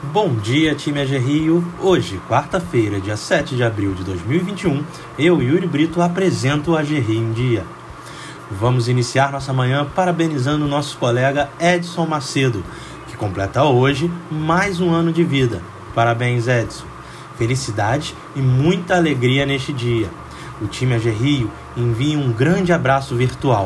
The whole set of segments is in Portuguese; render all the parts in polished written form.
Bom dia, time AG Rio. Hoje, quarta-feira, dia 7 de abril de 2021, eu, Yuri Brito, apresento o AG Rio em Dia. Vamos iniciar nossa manhã parabenizando o nosso colega Edson Macedo, que completa hoje mais um ano de vida. Parabéns, Edson. Felicidade e muita alegria neste dia. O time AG Rio envia um grande abraço virtual.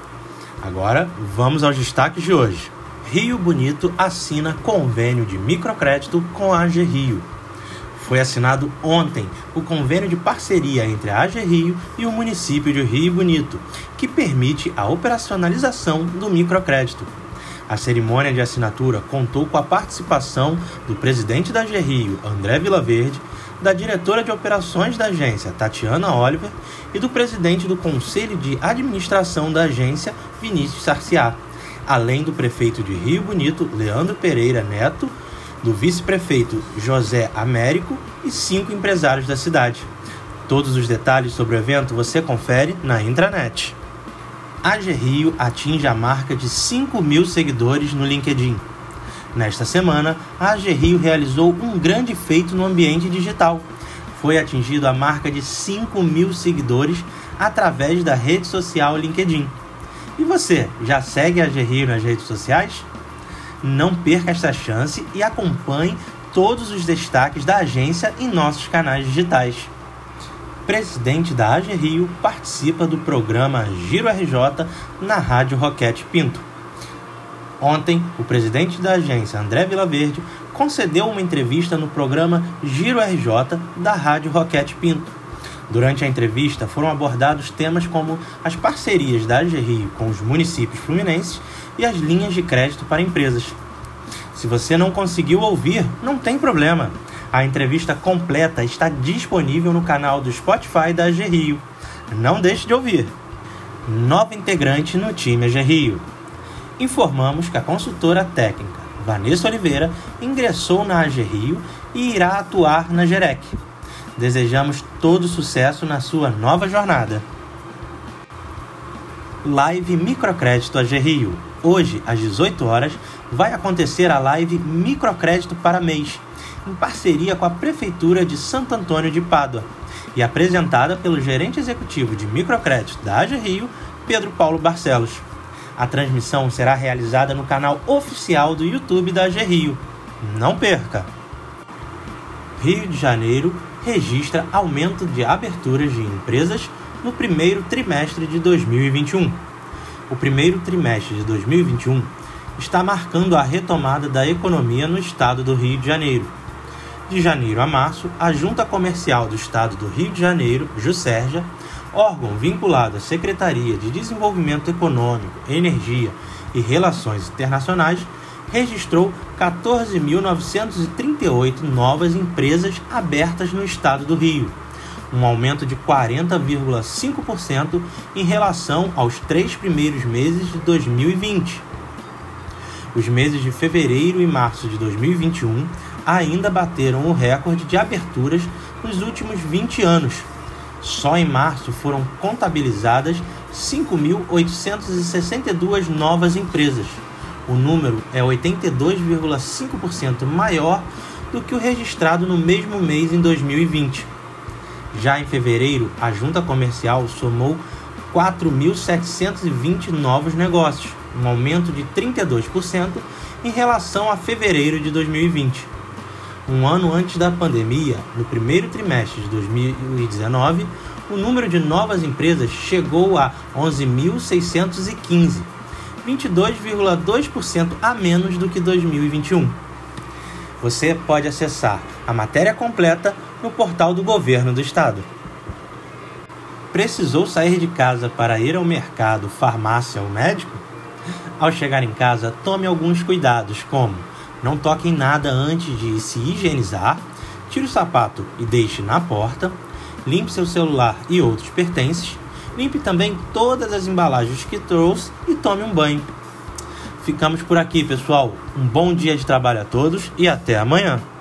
Agora, vamos aos destaques de hoje. Rio Bonito assina convênio de microcrédito com a AG Rio. Foi assinado ontem o convênio de parceria entre a AG Rio e o município de Rio Bonito, que permite a operacionalização do microcrédito. A cerimônia de assinatura contou com a participação do presidente da AG Rio, André Vilaverde, da diretora de operações da agência, Tatiana Oliver, e do presidente do Conselho de Administração da agência, Vinícius Sarciá, além do prefeito de Rio Bonito, Leandro Pereira Neto, do vice-prefeito José Américo e 5 empresários da cidade. Todos os detalhes sobre o evento você confere na intranet. A AG Rio atinge a marca de 5.000 seguidores no LinkedIn. Nesta semana, a AG Rio realizou um grande feito no ambiente digital. Foi atingido a marca de 5.000 seguidores através da rede social LinkedIn. E você, já segue a AG Rio nas redes sociais? Não perca esta chance e acompanhe todos os destaques da agência em nossos canais digitais. Presidente da AG Rio participa do programa Giro RJ na Rádio Roquete Pinto. Ontem, o presidente da agência, André Vilaverde, concedeu uma entrevista no programa Giro RJ da Rádio Roquete Pinto. Durante a entrevista, foram abordados temas como as parcerias da AG Rio com os municípios fluminenses e as linhas de crédito para empresas. Se você não conseguiu ouvir, não tem problema. A entrevista completa está disponível no canal do Spotify da AG Rio. Não deixe de ouvir. Nova integrante no time AG Rio. Informamos que a consultora técnica Vanessa Oliveira ingressou na AG Rio e irá atuar na Gerec. Desejamos todo sucesso na sua nova jornada. Live Microcrédito AG Rio. Hoje, às 18 horas, vai acontecer a live Microcrédito para mês, em parceria com a Prefeitura de Santo Antônio de Pádua, e apresentada pelo gerente executivo de microcrédito da AG Rio, Pedro Paulo Barcelos. A transmissão será realizada no canal oficial do YouTube da AG Rio. Não perca! Rio de Janeiro registra aumento de aberturas de empresas no primeiro trimestre de 2021. O primeiro trimestre de 2021 está marcando a retomada da economia no estado do Rio de Janeiro. De janeiro a março, a Junta Comercial do Estado do Rio de Janeiro, Juscerja, órgão vinculado à Secretaria de Desenvolvimento Econômico, Energia e Relações Internacionais, registrou 14.938 novas empresas abertas no estado do Rio, um aumento de 40,5% em relação aos 3 primeiros meses de 2020. Os meses de fevereiro e março de 2021 ainda bateram o recorde de aberturas nos últimos 20 anos. Só em março foram contabilizadas 5.862 novas empresas. O número é 82,5% maior do que o registrado no mesmo mês em 2020. Já em fevereiro, a Junta Comercial somou 4.720 novos negócios, um aumento de 32% em relação a fevereiro de 2020. Um ano antes da pandemia, no primeiro trimestre de 2019, o número de novas empresas chegou a 11.615, 22,2% a menos do que 2021. Você pode acessar a matéria completa no portal do Governo do Estado. Precisou sair de casa para ir ao mercado, farmácia ou médico? Ao chegar em casa, tome alguns cuidados, como não toque em nada antes de se higienizar, tire o sapato e deixe na porta, limpe seu celular e outros pertences, limpe também todas as embalagens que trouxe e tome um banho. Ficamos por aqui, pessoal. Um bom dia de trabalho a todos e até amanhã.